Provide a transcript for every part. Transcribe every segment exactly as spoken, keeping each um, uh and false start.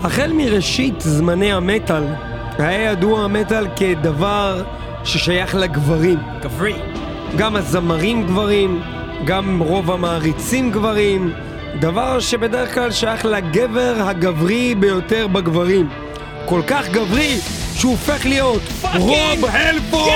החל מראשית זמני המטל, היה ידוע המטל כדבר ששייך לגברים. גברי. גם הזמרים גברים, גם רוב המעריצים גברים, דבר שבדרך כלל שייך לגבר הגברי ביותר בגברים. כל כך גברי שהוא הופך להיות רוב הלפורד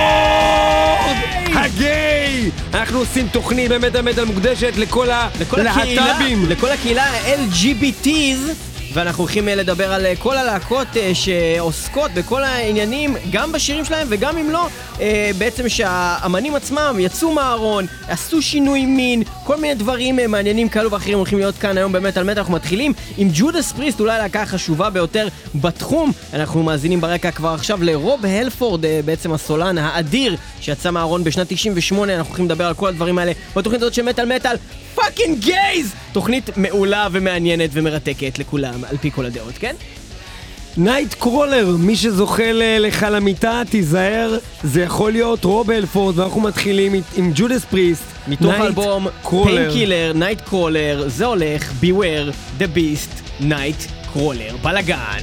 הגיי. אנחנו עושים תוכנית במטל מטל מוקדשת לכל הלהט"בים, לכל הקהילה ה-אל ג'י בי טיז, ואנחנו הולכים לדבר על כל הלהקות שעוסקות בכל העניינים, גם בשירים שלהם וגם אם לא, בעצם שהאמנים עצמם יצאו מהארון, עשו שינוי מין, כל מיני דברים מעניינים כאלו ואחרים הולכים להיות כאן היום במטל מטל. אנחנו מתחילים עם ג'ודס פריסט, אולי להקה החשובה ביותר בתחום. אנחנו מאזינים ברקע כבר עכשיו לרוב הלפורד, בעצם הסולן האדיר שיצא מהארון בשנת תשעים ושמונה. אנחנו הולכים לדבר על כל הדברים האלה בתוכנית הזאת של מטל מטל פאקינג גייז, תוכנית מעולה ומעניינת ומרתקת לכולם על פי כל הדעות, כן? נייט קרולר, מי שזוכל לך למיטה תיזהר, זה יכול להיות רוב הלפורד, ואנחנו מתחילים עם ג'ודס פריסט מתוך אלבום פיינקילר, נייט קרולר. זה הולך Beware the Beast, נייט קרולר, בלגן.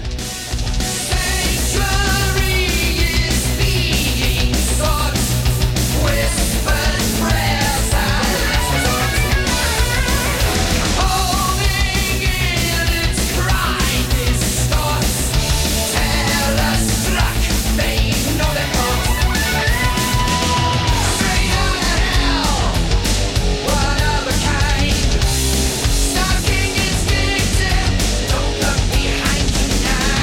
Now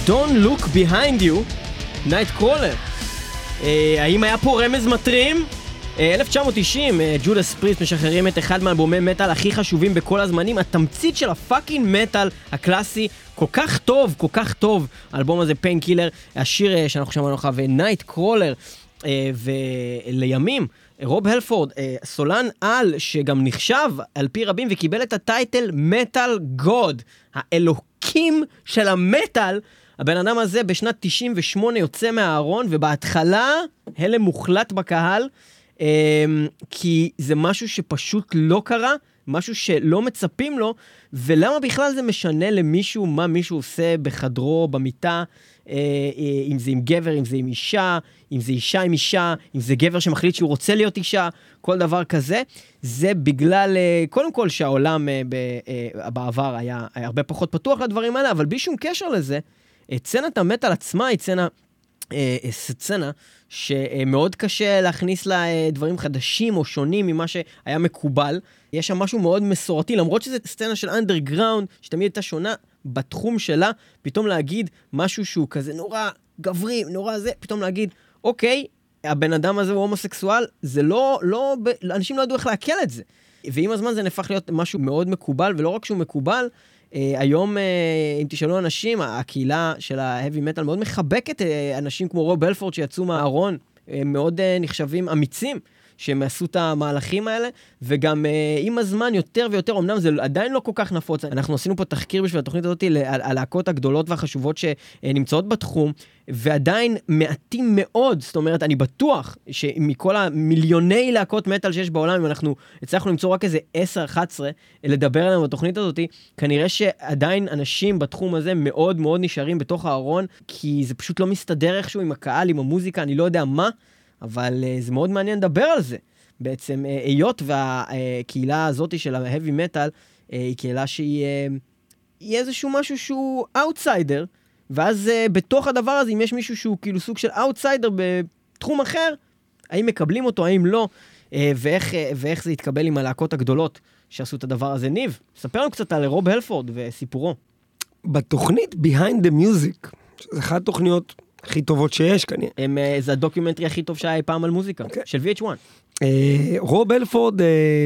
Don't Look Behind You, Nightcrawler. האם היה פה רמז מטרים? אלף תשע מאות תשעים, ג'ודס פריסט משחררים את אחד מהאלבומי מטל הכי חשובים בכל הזמנים, התמצית של הפאקינג מטל הקלאסי, כל כך טוב, כל כך טוב. האלבום הזה, פיינקילר, השיר שאנחנו שמענו לך, ונייטקרולר, ולימים, רוב הלפורד, סולן על שגם נחשב על פי רבים וקיבל את הטייטל מטל גוד, האלוקים של המטל. הבן אדם הזה בשנת תשעים ושמונה יוצא מהארון, ובהתחלה הלם מוחלט בקהל, כי זה משהו שפשוט לא קרה, משהו שלא מצפים לו, ולמה בכלל זה משנה למישהו מה מישהו עושה בחדרו, במיטה, אם זה עם גבר, אם זה עם אישה, אם זה אישה עם אישה, אם זה גבר שמחליט שהוא רוצה להיות אישה, כל דבר כזה. זה בגלל, קודם כל שהעולם בעבר היה הרבה פחות פתוח לדברים האלה, אבל בלי שום קשר לזה, סצנת המטל עצמה היא סצנה, סצנה שמאוד קשה להכניס לה דברים חדשים או שונים ממה שהיה מקובל. יש שם משהו מאוד מסורתי, למרות שזו סצנה של אנדרגראונד, שתמיד הייתה שונה בתחום שלה, פתאום להגיד משהו שהוא כזה נורא גברי, נורא זה, פתאום להגיד, אוקיי, הבן אדם הזה הוא הומוסקסואל, זה לא, לא, אנשים לא ידעו איך להקל את זה. ועם הזמן זה נהפך להיות משהו מאוד מקובל, ולא רק שהוא מקובל, היום, אם תשאלו אנשים, הקהילה של ההאבי מטל מאוד מחבקת אנשים כמו רוב הלפורד שיצאו מהארון, מאוד נחשבים אמיצים שהם עשו את המהלכים האלה, וגם עם הזמן יותר ויותר, אמנם זה עדיין לא כל כך נפוץ. אנחנו עשינו פה תחקיר בשביל התוכנית הזאת על הלהקות הגדולות והחשובות שנמצאות בתחום, ועדיין מעטים מאוד, זאת אומרת, אני בטוח שמכל המיליוני להקות מטל שיש בעולם, אם אנחנו הצלחנו למצוא רק איזה עשר אחת עשרה לדבר עליהם בתוכנית הזאת, כנראה שעדיין אנשים בתחום הזה מאוד מאוד נשארים בתוך הארון, כי זה פשוט לא מסתדר איכשהו עם הקהל, עם המוזיקה, אני לא יודע מה, אבל זה מאוד מעניין לדבר על זה. בעצם, היות והקהילה הזאת של ההאבי מטל, היא קהילה שהיא איזשהו משהו שהוא אאוטסיידר, ואז בתוך הדבר הזה, אם יש מישהו שהוא כאילו סוג של אאוטסיידר בתחום אחר, האם מקבלים אותו, האם לא, ואיך, ואיך זה יתקבל עם הלהקות הגדולות שעשו את הדבר הזה. ניב, ספר לנו קצת על רוב הלפורד וסיפורו. בתוכנית Behind the Music, שזה אחת התוכניות הכי טובות שיש כנראה. הם, זה הדוקימנטרי הכי טוב שהיה פעם על מוזיקה, okay. של וי אייץ' וואן. רוב הלפורד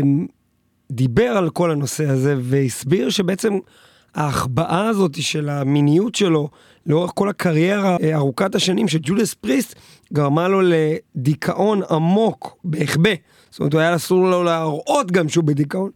דיבר על כל הנושא הזה, והסביר שבעצם ההחבאה הזאת של המיניות שלו, לאורך כל הקריירה ארוכת השנים של ג'ודס פריסט, גרמה לו לדיכאון עמוק, בהחבא. זאת אומרת, הוא היה אסור לו להראות גם שהוא בדיכאון,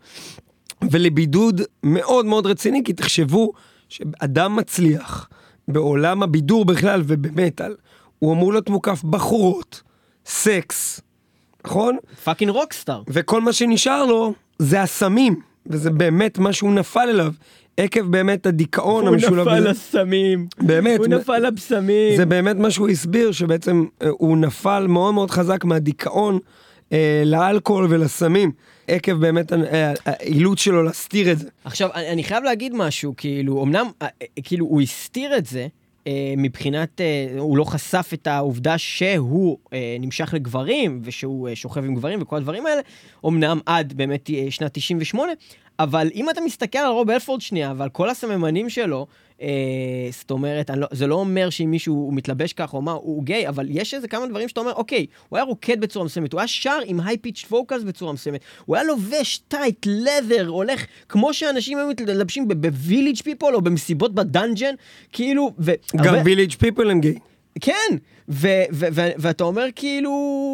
ולבידוד מאוד מאוד רציני, כי תחשבו שאדם מצליח, בעולם הבידור בכלל ובמטל, הוא אמור להיות מוקף בחורות, סקס, נכון? פאקינג רוקסטאר. וכל מה שנשאר לו זה הסמים, וזה באמת מה שהוא נפל אליו, עקב באמת הדיכאון המשולב. הוא נפל לסמים. באמת. הוא נפל לבשמים. זה באמת מה שהוא הסביר, שבעצם הוא נפל מאוד מאוד חזק מהדיכאון אה, לאלכוהול ולסמים, עקב באמת האילוץ שלו להסתיר את זה. עכשיו, אני חייב להגיד משהו, כאילו, אמנם, כאילו, הוא הסתיר את זה, מבחינת, הוא לא חשף את העובדה שהוא נמשך לגברים, ושהוא שוכב עם גברים וכל הדברים האלה, אמנם עד באמת שנת תשעים ושמונה, אבל אם אתה מסתכל על רוב הלפורד שנייה, ועל כל הסממנים שלו, אה, זאת אומרת, לא, זה לא אומר שאם מישהו מתלבש כך או מה, הוא גיי, אבל יש איזה כמה דברים שאתה אומר, אוקיי, הוא היה רוקד בצורה מסוימת, הוא היה שר עם high-pitched vocals בצורה מסוימת, הוא היה לובש טייט, leather, הולך כמו שאנשים היו מתלבשים ב-village people או במסיבות בדנג'ן, כאילו, ו... גם הרבה... village people הם גיי. כן, ו- ו- ו- ואתה אומר כאילו,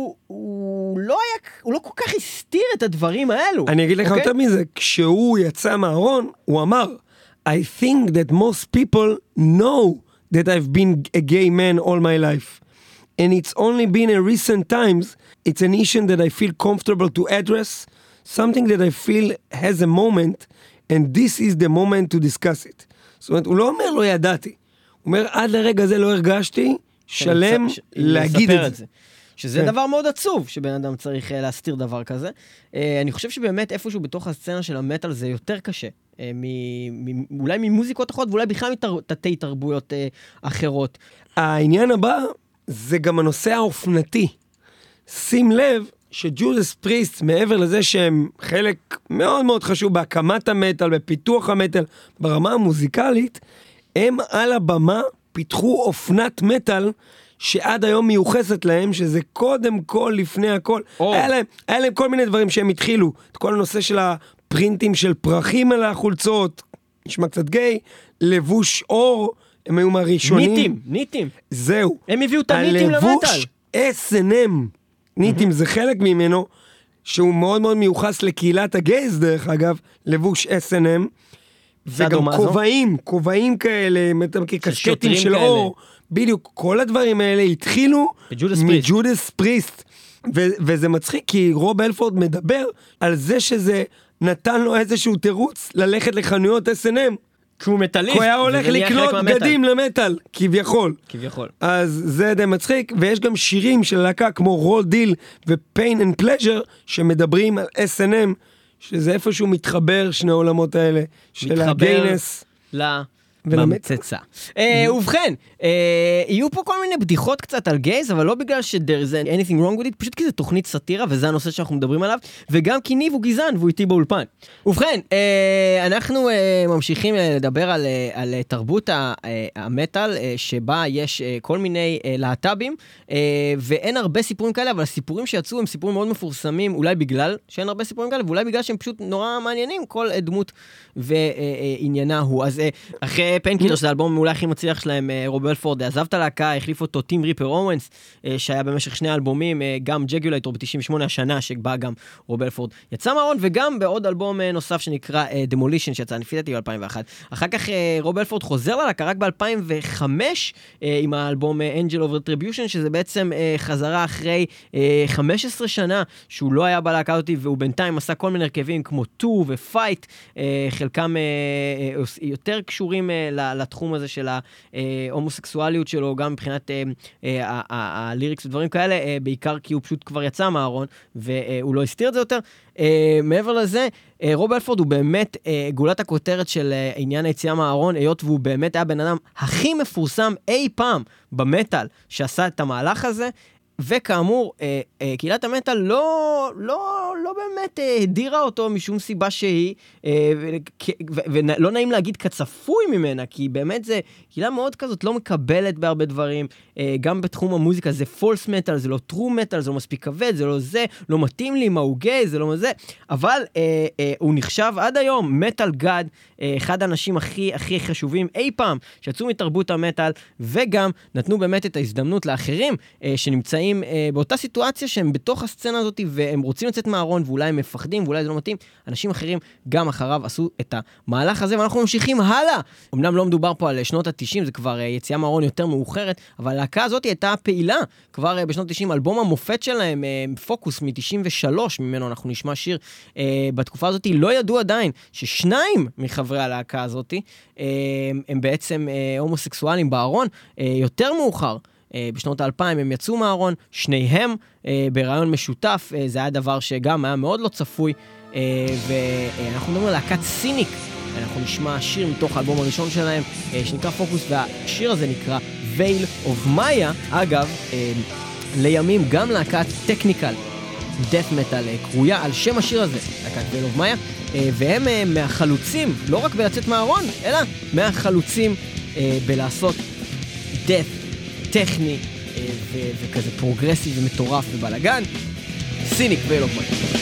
הוא לא היה, הוא לא כל כך הסתיר את הדברים האלו. אני אגיד לך יותר מזה, כשהוא יצא מהארון, הוא אמר, I think that most people know that I've been a gay man all my life. And it's only been in recent times, it's an issue that I feel comfortable to address, something that I feel has a moment, and this is the moment to discuss it. זאת אומרת, הוא לא אומר לא ידעתי. הוא אומר, עד לרגע זה לא הרגשתי, שלם להגיד את זה. שזה דבר מאוד עצוב, שבן אדם צריך להסתיר דבר כזה. אני חושב שבאמת איפשהו בתוך הסצנה של המטל זה יותר קשה. אולי ממוזיקות אחרות, ואולי בכלל מתתי תרבויות אחרות. העניין הבא זה גם הנושא האופנתי. שים לב שג'ודס פריסט, מעבר לזה שהם חלק מאוד מאוד חשוב בהקמת המטל, בפיתוח המטל, ברמה המוזיקלית, הם על הבמה פיתחו אופנת מטל, שעד היום מיוחסת להם, שזה קודם כל, לפני הכל. היה להם, היה להם כל מיני דברים שהם התחילו, את כל הנושא של הפרינטים של פרחים על החולצות, נשמע קצת גיי, לבוש אור, הם היו מהראשונים. ניטים, ניטים. זהו. הם הביאו את הניטים למטל. הלבוש אס אנד אם, ניטים זה חלק ממנו, שהוא מאוד מאוד מיוחס לקהילת הגייז דרך אגב, לבוש אס אנד אם, וגם כובעים, כובעים כאלה, קשקטים של אור, בדיוק, כל הדברים האלה התחילו מג'ודס פריסט, וזה מצחיק כי רוב אלפורד מדבר על זה שזה נתן לו איזשהו תירוץ ללכת לחנויות אס אנד אם, שהוא מטליסט, הוא היה הולך לקנות בגדים למטל, כביכול. כביכול. אז זה די מצחיק, ויש גם שירים של להקה כמו רול דיל ו-Pain and Pleasure, שמדברים על אס אנד אם, שזה איפשהו מתחבר שני העולמות האלה, של הגיינס. מתחבר לממצצה. ובכן, יהיו פה כל מיני בדיחות קצת על גייז, אבל לא בגלל ש-there is anything wrong with it, פשוט כי זה תוכנית סאטירה, וזה הנושא שאנחנו מדברים עליו, וגם כי ניב הוא גזען, והוא איתי באולפן. ובכן, אנחנו ממשיכים לדבר על, על תרבות המטל, שבה יש כל מיני להט"בים, ואין הרבה סיפורים כאלה, אבל הסיפורים שיצאו הם סיפורים מאוד מפורסמים, אולי בגלל שאין הרבה סיפורים כאלה, ואולי בגלל שהם פשוט נורא מעניינים, כל דמות ועניינה הוא. אז אחרי פנקילר, שזה האלבום אולי הכי מצליח שלהם, רוב אלפורד עזב את הלהקה, החליף אותו טים ריפר אורנס, שהיה במשך שני אלבומים, גם ג'גולייטור ב-תשעים ושמונה השנה, שבה גם רוב אלפורד יצא מהארון, וגם בעוד אלבום נוסף שנקרא Demolition, שיצא נפיתתי ב-אלפיים ואחת. אחר כך רוב אלפורד חוזר ללהקה רק ב-אלפיים וחמש, עם האלבום Angel of Retribution, שזה בעצם חזרה אחרי חמש עשרה שנה, שהוא לא היה בלהקה הזאת, והוא בינתיים עשה כל מיני הרכבים כמו טו ופייט, חלקם יותר קשורים לתחום הזה של ההומוסקסואליות שלו, גם מבחינת הליריקס ודברים כאלה, בעיקר כי הוא פשוט כבר יצא מהארון, והוא לא הסתיר את זה יותר. מעבר לזה, רוב אלפורד הוא באמת גולת הכותרת של עניין היציאה מהארון, היות והוא באמת היה בן אדם הכי מפורסם אי פעם במטל שעשה את המהלך הזה, וכאמור, אה, אה, קהילת המטל לא, לא, לא באמת אה, הדירה אותו משום סיבה שהיא, אה, ולא נעים להגיד כצפוי ממנה, כי באמת זה קהילה מאוד כזאת לא מקבלת בהרבה דברים, אה, גם בתחום המוזיקה זה פולס מטל, זה לא טרו מטל, זה לא מספיק כבד, זה לא זה, לא מתאים לי, מה הוא גיי, זה לא מה זה, אבל אה, אה, הוא נחשב עד היום מטל גאד, אה, אחד האנשים הכי, הכי חשובים אי פעם, שיצאו מתרבות המטל, וגם נתנו באמת את ההזדמנות לאחרים, אה, שנמצאים באותה סיטואציה שהם בתוך הסצנה הזאת והם רוצים לצאת מהארון ואולי הם מפחדים ואולי זה לא מתאים, אנשים אחרים גם אחריו עשו את המהלך הזה ואנחנו ממשיכים הלאה. אמנם לא מדובר פה על שנות ה-תשעים, זה כבר יציאה מהארון יותר מאוחרת, אבל הלהקה הזאת הייתה פעילה כבר בשנות ה-תשעים, אלבום המופת שלהם, פוקוס מ-תשעים ושלוש, ממנו אנחנו נשמע שיר. בתקופה הזאת לא ידעו עדיין ששניים מחברי הלהקה הזאת הם בעצם הומוסקסואלים בארון. יותר מאוחר בשנות האלפיים הם יצאו מהארון, שניהם ברעיון משותף, זה היה דבר שגם היה מאוד לא צפוי, ואנחנו מדברים על להקת סיניק, אנחנו נשמע שיר מתוך האלבום הראשון שלהם, שנקרא פוקוס, והשיר הזה נקרא Veil of Maya, אגב, לימים גם להקת טכניקל, דף מטל, קרויה על שם השיר הזה, להקת Veil of Maya, והם מהחלוצים, לא רק בלצאת מהארון, אלא מהחלוצים בלעשות דף, טכני ו- וכזה פרוגרסיב ומטורף ובלגן. סיניק ואלוק מטורף.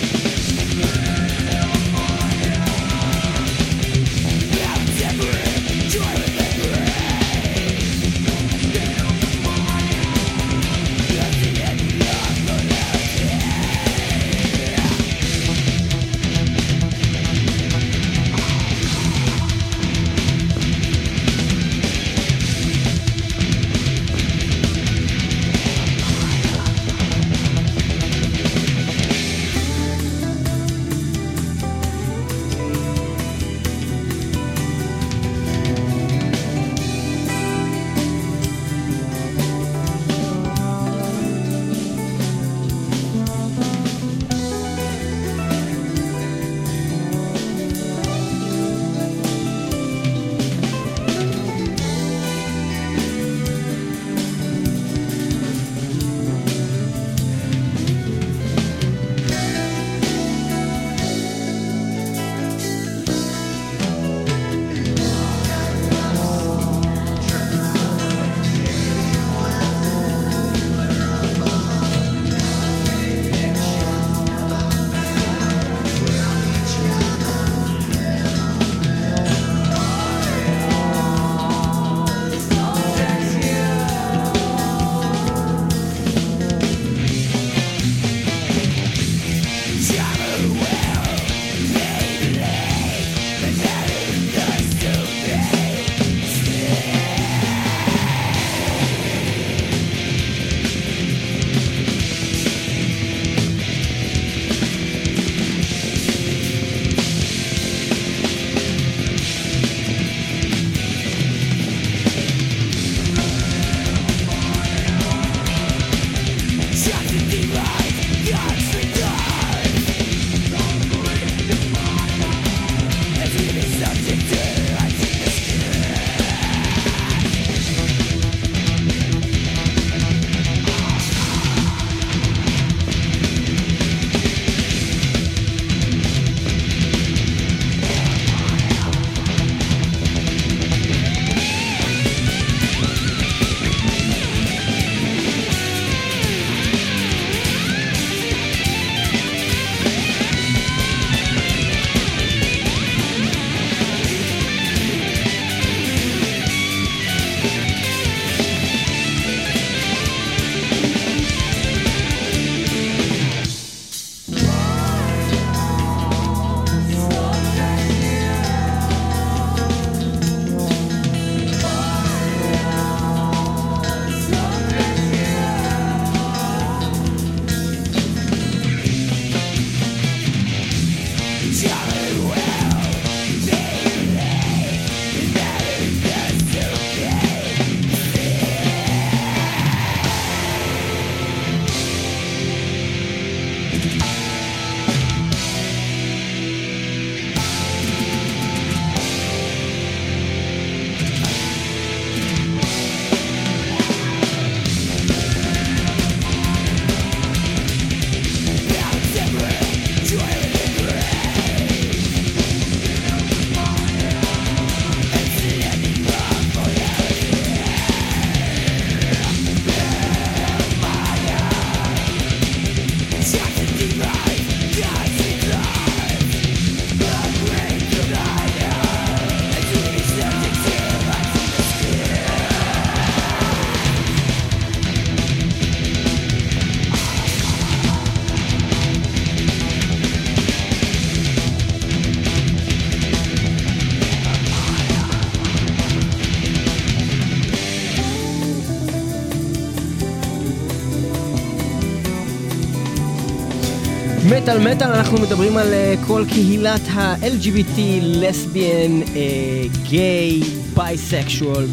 מטל מטל, אנחנו מדברים על uh, כל קהילת ה-אל ג'י בי טי, לסביאן, גיי, בייסקשואל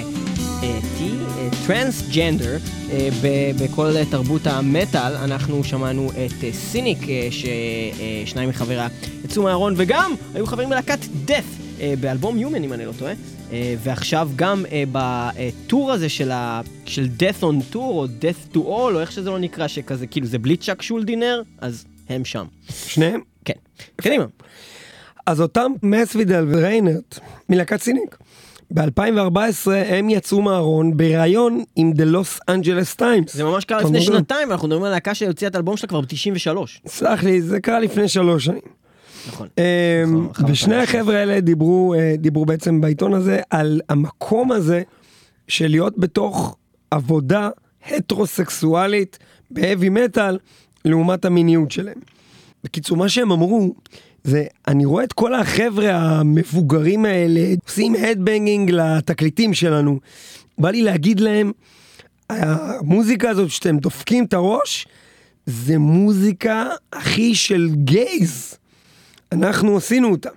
וטרנסג'נדר. בכל תרבות המטל אנחנו שמענו את uh, סיניק, uh, ששניים uh, מחבריה יצאו מהארון וגם היו חברים בלהקת death uh, באלבום Human, אם אני לא טועה. Uh, ועכשיו גם uh, בטור הזה של, ה, של Death on Tour או Death to All או איך שזה לא נקרא, שכזה כאילו זה בלי צ'אק שולדינר, אז הם שם. שניהם? כן. קדימה. אז אותם מסווידל וריינרט מלהקת סיניק, ב-אלפיים וארבע עשרה הם יצאו מהארון בראיון עם The Los Angeles Times. זה ממש קרה לפני שנתיים, ואנחנו מדברים על להקה שהוציאה את האלבום שלה כבר ב-תשעים ושלוש. סלח לי, זה קרה לפני שלוש שנים. נכון. ושני החבר'ה האלה דיברו, דיברו בעצם בעיתון הזה על המקום הזה של להיות בתוך עבודה הטרוסקסואלית בהאבי מטל לעומת המיניות שלהם. בקיצור, מה שהם אמרו זה, אני רואה את כל החבר'ה המבוגרים האלה עושים הדבנגינג לתקליטים שלנו. בא לי להגיד להם, המוזיקה הזאת שאתם דופקים את הראש, זה מוזיקה הכי של גייז. אנחנו עשינו אותה.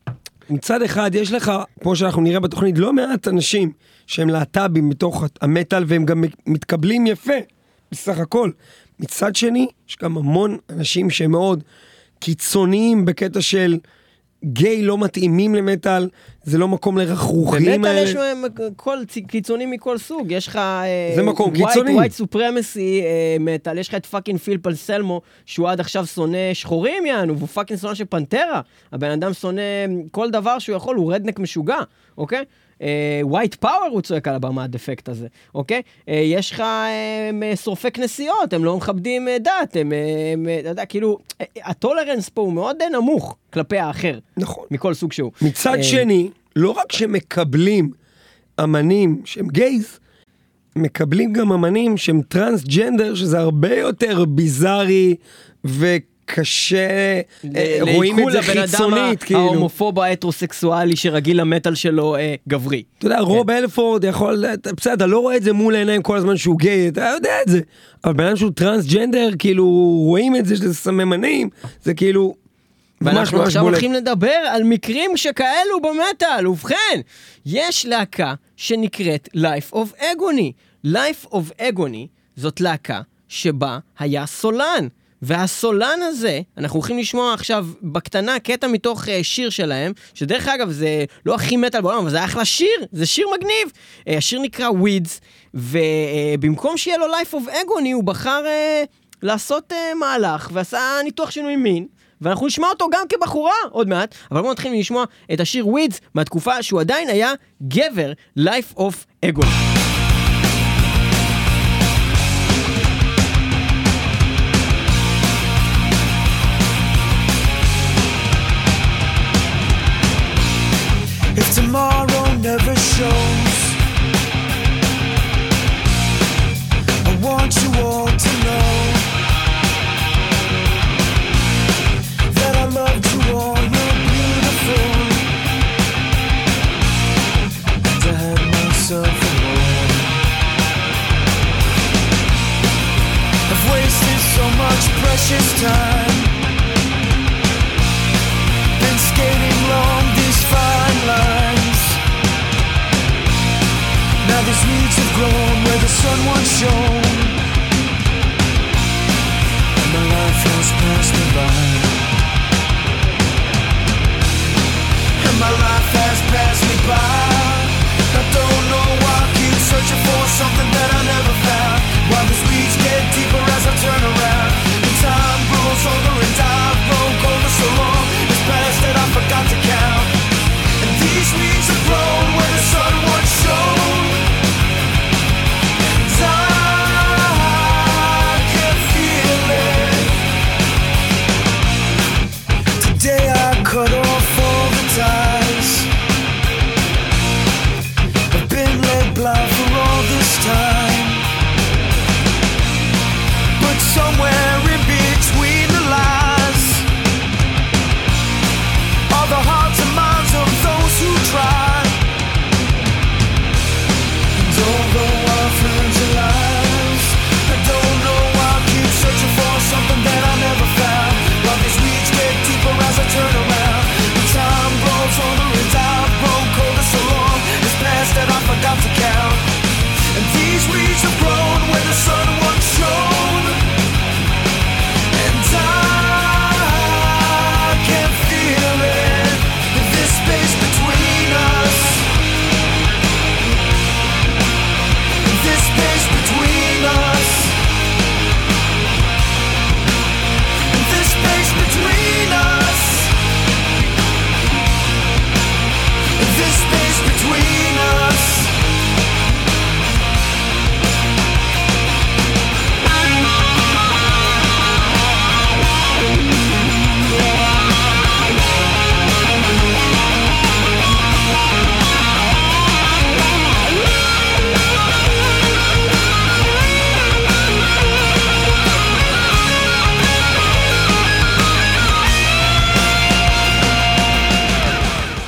מצד אחד יש לך, כמו שאנחנו נראה בתוכנית, לא מעט אנשים שהם להט"בים בתוך המטל, והם גם מתקבלים יפה, בסך הכל. מצד שני, יש גם המון אנשים שהם מאוד קיצוניים בקטע של גיי לא מתאימים למטל, זה לא מקום לרחרוכים האלה. במטל יש כל, קיצונים מכל סוג, יש לך זה מקום קיצוני. ווייט סופרמסי מטל, יש לך את פאקינג פיל פלסלמו, שהוא עד עכשיו שונא שחורים יענו, והוא פאקינג שונא של פנטרה, הבן אדם שונא כל דבר שהוא יכול, הוא רדנק משוגע, אוקיי? ווייט פאוור הוא צועק על הבמה הדפקט הזה, אוקיי? יש לך שורפי כנסיות, הם לא מכבדים דת, הם, אתה יודע, כאילו, הטולרנס פה הוא מאוד נמוך כלפי האחר. נכון. מכל סוג שהוא. מצד שני, לא רק שמקבלים אמנים שהם גייז, מקבלים גם אמנים שהם טרנסג'נדר, שזה הרבה יותר ביזארי וקשה, רואים את זה חיצונית, כאילו. ההומופוב ההטרוסקסואלי שרגיל למטל שלו גברי. אתה יודע, רוב אלפורד יכול, בסדר, אתה לא רואה את זה מול העיניים כל הזמן שהוא גיי, אתה יודע את זה. אבל בן אדם שהוא טרנסג'נדר, כאילו, רואים את זה, שזה סממנים, זה כאילו... ואנחנו עכשיו הולכים לדבר על מקרים שכאלו במטל. ובכן, יש להקה שנקראת Life of Agony. Life of Agony זאת להקה שבה היה סולן. והסולן הזה, אנחנו הולכים לשמוע עכשיו בקטנה קטע מתוך uh, שיר שלהם, שדרך אגב זה לא הכי מטל בעולם, אבל זה אחלה שיר, זה שיר מגניב. Uh, השיר נקרא Weeds, ובמקום uh, שיהיה לו Life of Agony, הוא בחר uh, לעשות uh, מהלך, ועשה ניתוח שינוי מין, ואנחנו נשמע אותו גם כבחורה עוד מעט, אבל בואו נתחיל לשמוע את השיר Weeds מהתקופה שהוא עדיין היה גבר, Life of Agony. If tomorrow never shows, I want you all to know that I loved you all, you're beautiful, and I had myself alone. I've wasted so much precious time, been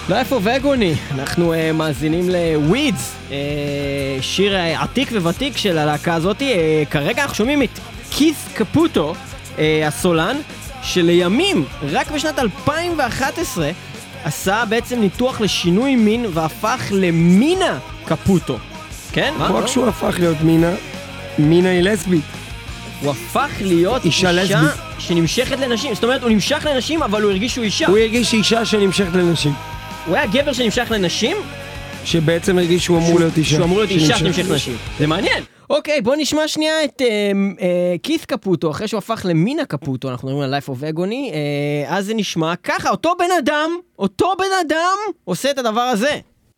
Life of Agony, אנחנו uh, מאזינים לווידס, uh, שיר uh, עתיק וותיק של הלהקה הזאת. uh, כרגע אנחנו שומעים את קית' קפוטו, uh, הסולן, שלימים, רק בשנת אלפיים ואחת עשרה, עשה בעצם ניתוח לשינוי מין והפך למינה קפוטו. כן? רק שהוא הפך להיות מינה, מינה היא לסבית. הוא הפך להיות אישה אישה לסבית. שנמשכת לנשים. זאת אומרת, הוא נמשך לנשים, אבל הוא הרגיש שהוא אישה. הוא הרגיש אישה שנמשכת לנשים. הוא היה גבר שנמשך לנשים, שבעצם הרגיש שהוא אמור להיות אישה. שהוא אמור להיות אישה שנמשך לנשים. זה מעניין. אוקיי, בוא נשמע שנייה את קית' קפוטו, אחרי שהוא הפך למינה קפוטו, אנחנו מדברים על Life of Agony, אה, אז זה נשמע ככה, אותו בן אדם, אותו בן אדם עושה את הדבר הזה.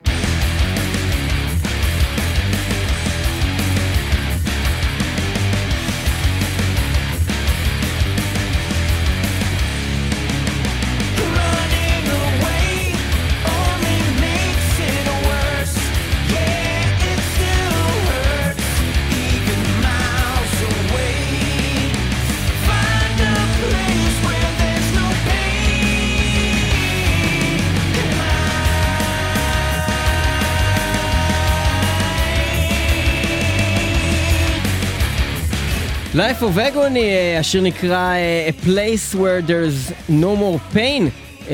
Running away only makes it worse. Yeah, it still hurts, even miles away. Find a place where there's no pain. Life of Agony, אה, השיר נקרא אה, A Place Where There's No More Pain. אה,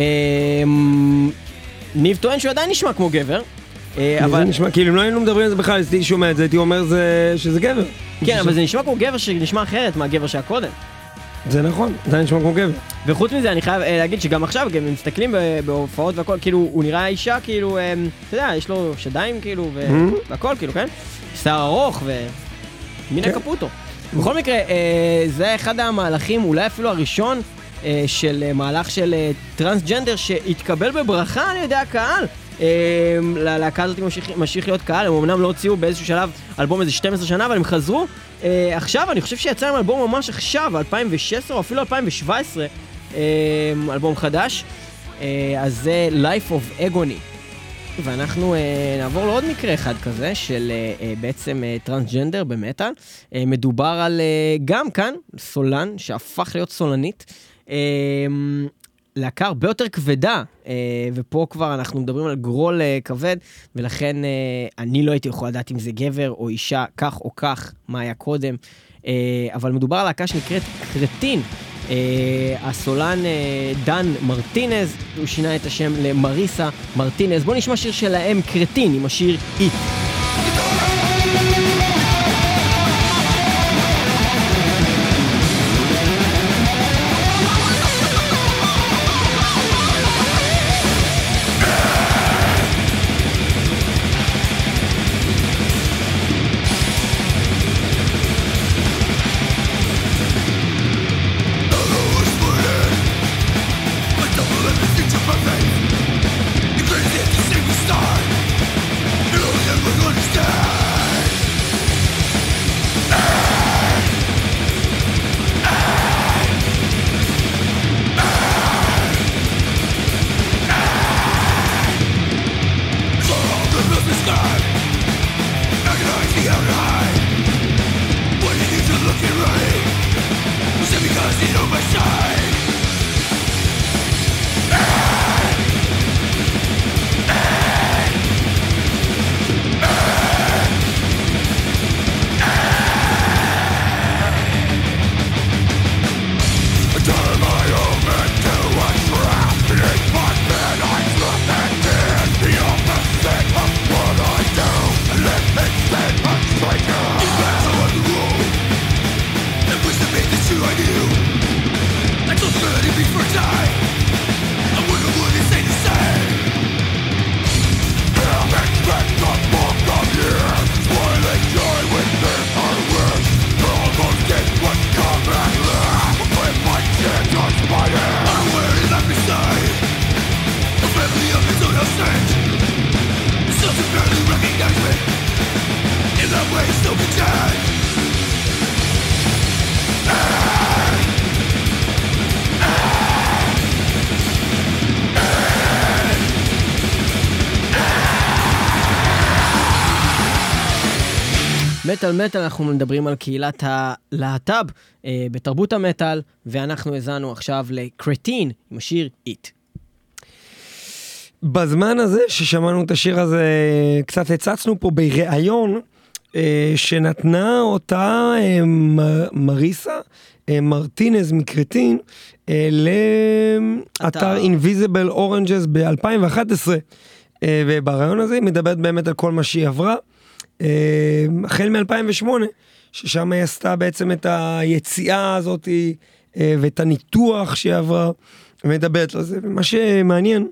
ניב טוען שהוא עדיין נשמע כמו גבר, אה, אבל אבל... נשמע, כאילו אם לא היינו מדברים על זה בכלל, הייתי שומע את זה, הייתי אומר זה- שזה גבר. כן, אבל זה נשמע כמו גבר שנשמע אחרת מהגבר שהיה קודם. זה נכון, זה נשמע כמו גבר. וחוץ מזה אני חייב אה, להגיד שגם עכשיו, גם אם מסתכלים ב- בהופעות והכל, כאילו הוא נראה אישה, כאילו, אה, אתה יודע, יש לו שדיים כאילו, ו- Mhm. והכל כאילו, כן? שיער ארוך ומינה כן. קפוטו. בכל מקרה, אה, זה אחד המהלכים, אולי אפילו הראשון, אה, של אה, מהלך של אה, טרנסג'נדר שהתקבל בברכה על ידי הקהל. אה, ללהקה הזאת ממשיך, ממשיך להיות קהל, הם אמנם לא הוציאו באיזשהו שלב אלבום איזה שתים עשרה שנה, אבל הם חזרו. אה, עכשיו, אני חושב שיצא להם אלבום ממש עכשיו, אלפיים ושש עשרה או אפילו אלפיים שבע עשרה, אה, אלבום חדש. אה, אז זה Life of Agony. ואנחנו אה, נעבור לעוד מקרה אחד כזה, של אה, אה, בעצם אה, טרנסג'נדר במטל. אה, מדובר על אה, גם כאן, סולן שהפך להיות סולנית. אה, להקה הרבה יותר כבדה, אה, ופה כבר אנחנו מדברים על גרול אה, כבד, ולכן אה, אני לא הייתי יכול לדעת אם זה גבר או אישה, כך או כך, מה היה קודם. אה, אבל מדובר על להקה שנקראת קרטין. Uh, הסולן uh, דן מרטינז, הוא שינה את השם למריסה מרטינז. בוא נשמע שיר שלהם, קרטין, עם השיר איט. מטל מטל, אנחנו מדברים על קהילת הלהט"ב אה, בתרבות המטל, ואנחנו הזנו עכשיו לקרטין עם השיר איט. בזמן הזה ששמענו את השיר הזה, קצת הצצנו פה בראיון, שנתנה אותה מריסה מרטינז מקרטין, לאתר Invisible Oranges ב-אלפיים ואחת עשרה, וברעיון הזה היא מדברת באמת על כל מה שהיא עברה, החל מ-אלפיים ושמונה, ששם היא עשתה בעצם את היציאה הזאת, ואת הניתוח שהיא עברה, ומדברת על זה, ומה שמעניין,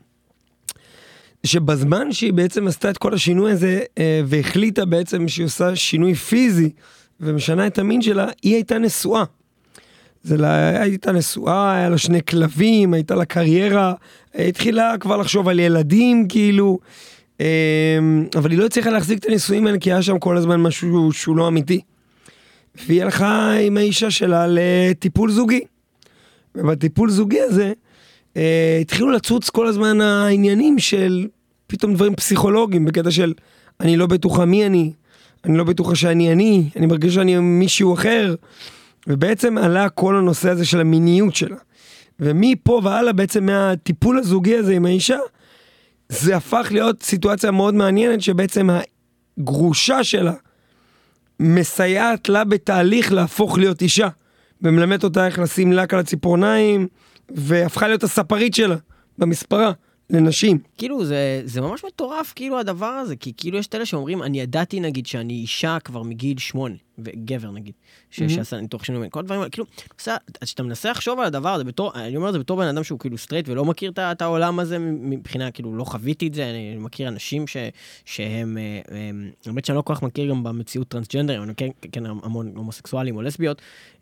שבזמן שהיא בעצם עשתה את כל השינוי הזה, והחליטה בעצם שהיא עושה שינוי פיזי, ומשנה את המין שלה, היא הייתה נשואה. זה לה, הייתה נשואה, היה לה שני כלבים, הייתה לה קריירה, התחילה כבר לחשוב על ילדים, כאילו, אבל היא לא הצליחה להחזיק את הנישואים האלה, כי היה שם כל הזמן משהו שהוא לא אמיתי. והיא הלכה עם האישה שלה לטיפול זוגי. ובטיפול זוגי הזה, התחילו לצוץ כל הזמן העניינים של פתאום דברים פסיכולוגיים, בקטע של אני לא בטוחה מי אני, אני לא בטוחה שאני אני, אני מרגיש שאני מישהו אחר, ובעצם עלה כל הנושא הזה של המיניות שלה. ומפה והלאה בעצם מהטיפול הזוגי הזה עם האישה, זה הפך להיות סיטואציה מאוד מעניינת, שבעצם הגרושה שלה מסייעת לה בתהליך להפוך להיות אישה, ומלמד אותה איך לשים לק על הציפורניים, והפכה להיות הספרית שלה במספרה לנשים. כאילו זה, זה ממש מטורף כאילו הדבר הזה, כי כאילו יש אלה שאומרים, אני ידעתי נגיד שאני אישה כבר מגיל שמונה, וגבר נגיד, ש- mm-hmm. שעשה ניתוח שינוי, כל הדברים, כאילו, אז שאתה מנסה לחשוב על הדבר הזה, בתור, אני אומר את זה בתור בן אדם שהוא כאילו סטרייט, ולא מכיר את, את העולם הזה מבחינה, כאילו לא חוויתי את זה, אני מכיר אנשים ש, שהם, באמת שאני לא כל כך מכיר גם במציאות טרנסג'נדרים, אני מכיר כן, המון הומוסקסואלים או לסביות,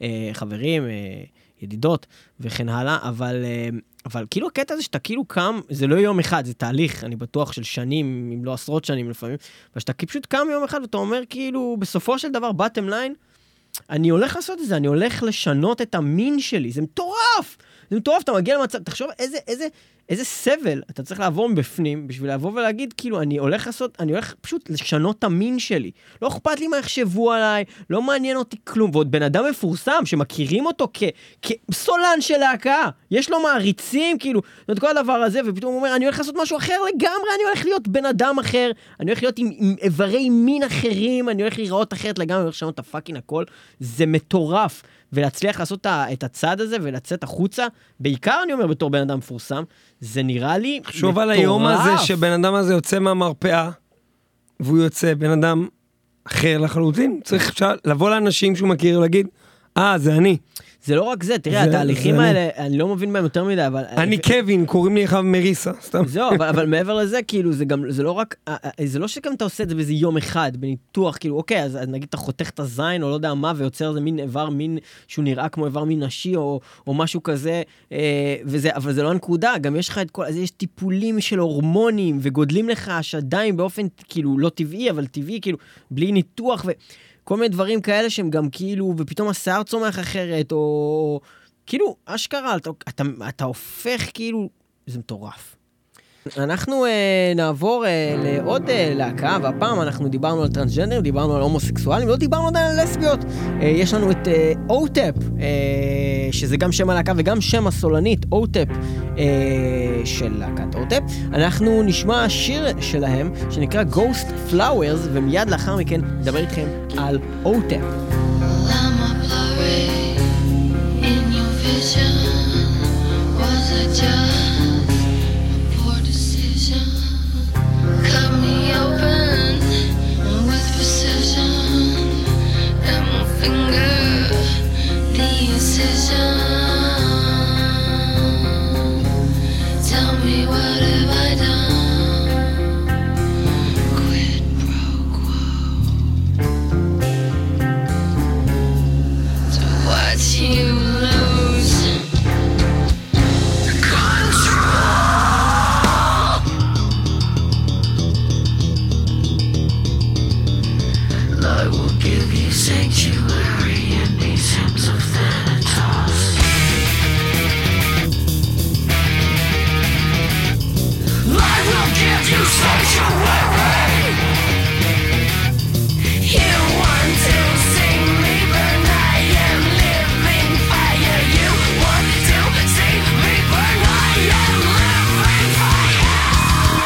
חברים, ידידות וכן הלאה, אבל, אבל כאילו הקטע הזה שאתה כאילו קם, זה לא יום אחד, זה תהליך, אני בטוח של שנים, אם לא עשרות שנים לפעמים, ושאתה פשוט קם יום אחד ואתה אומר כאילו, בסופו של דבר, bottom line, אני הולך לעשות את זה, אני הולך לשנות את המין שלי, זה מטורף! זה מטורף, אתה מגיע למצב, תחשוב איזה, איזה, איזה סבל אתה צריך לעבור מבפנים, בשביל לעבור ולהגיד, כאילו, אני הולך לעשות, אני הולך פשוט לשנות את המין שלי. לא אכפת לי מה יחשבו עליי, לא מעניין אותי כלום, ועוד בן אדם מפורסם, שמכירים אותו כ, כסולן של להקה, יש לו מעריצים, כאילו, זאת כל הדבר הזה, ופתאום הוא אומר, אני הולך לעשות משהו אחר לגמרי, אני הולך להיות בן אדם אחר, אני הולך להיות עם, עם איברי מין אחרים, אני הולך להיראות אחרת לגמרי, אני הולך לשנות את הפאקינג הכל, זה מטורף. ולהצליח לעשות את הצד הזה ולצאת החוצה, בעיקר אני אומר בתור בן אדם מפורסם, זה נראה לי מטורף. שוב על היום הזה שבן אדם הזה יוצא מהמרפאה, והוא יוצא בן אדם אחר לחלוטין, צריך לבוא לאנשים שהוא מכיר ולהגיד, אה, זה אני. זה לא רק זה, תראה, התהליכים האלה, אני לא מבין בהם יותר מדי, אבל... אני קווין, קוראים לי אחד מריסה, סתם. זהו, אבל מעבר לזה, כאילו, זה גם, זה לא רק, זה לא שגם אתה עושה את זה באיזה יום אחד, בניתוח, כאילו, אוקיי, אז נגיד אתה חותך את הזין, או לא יודע מה, ויוצר איזה מין איבר מין, שהוא נראה כמו איבר מין נשי, או משהו כזה, וזה, אבל זה לא הנקודה, גם יש לך את כל, אז יש טיפולים של הורמונים, וגודלים לך השדיים באופן, כאילו, לא טבעי, אבל טבעי, כאילו, בלי ניתוח, ו... כל מיני דברים כאלה שהם גם כאילו, ופתאום השיער צומח אחרת, או כאילו, אשכרה, אתה, אתה, אתה הופך כאילו, זה מטורף. אנחנו אה, נעבור אה, לעוד אה, להקה, והפעם אנחנו דיברנו על טרנסג'נדר, דיברנו על הומוסקסואלים, לא דיברנו עדיין על לסביות. אה, יש לנו את אה, אוטפ, אה, שזה גם שם הלהקה וגם שם הסולנית, אוטפ, אה, של להקת אוטפ. אנחנו נשמע שיר שלהם, שנקרא Ghost Flowers, ומיד לאחר מכן נדבר איתכם על אוטפ. Fire!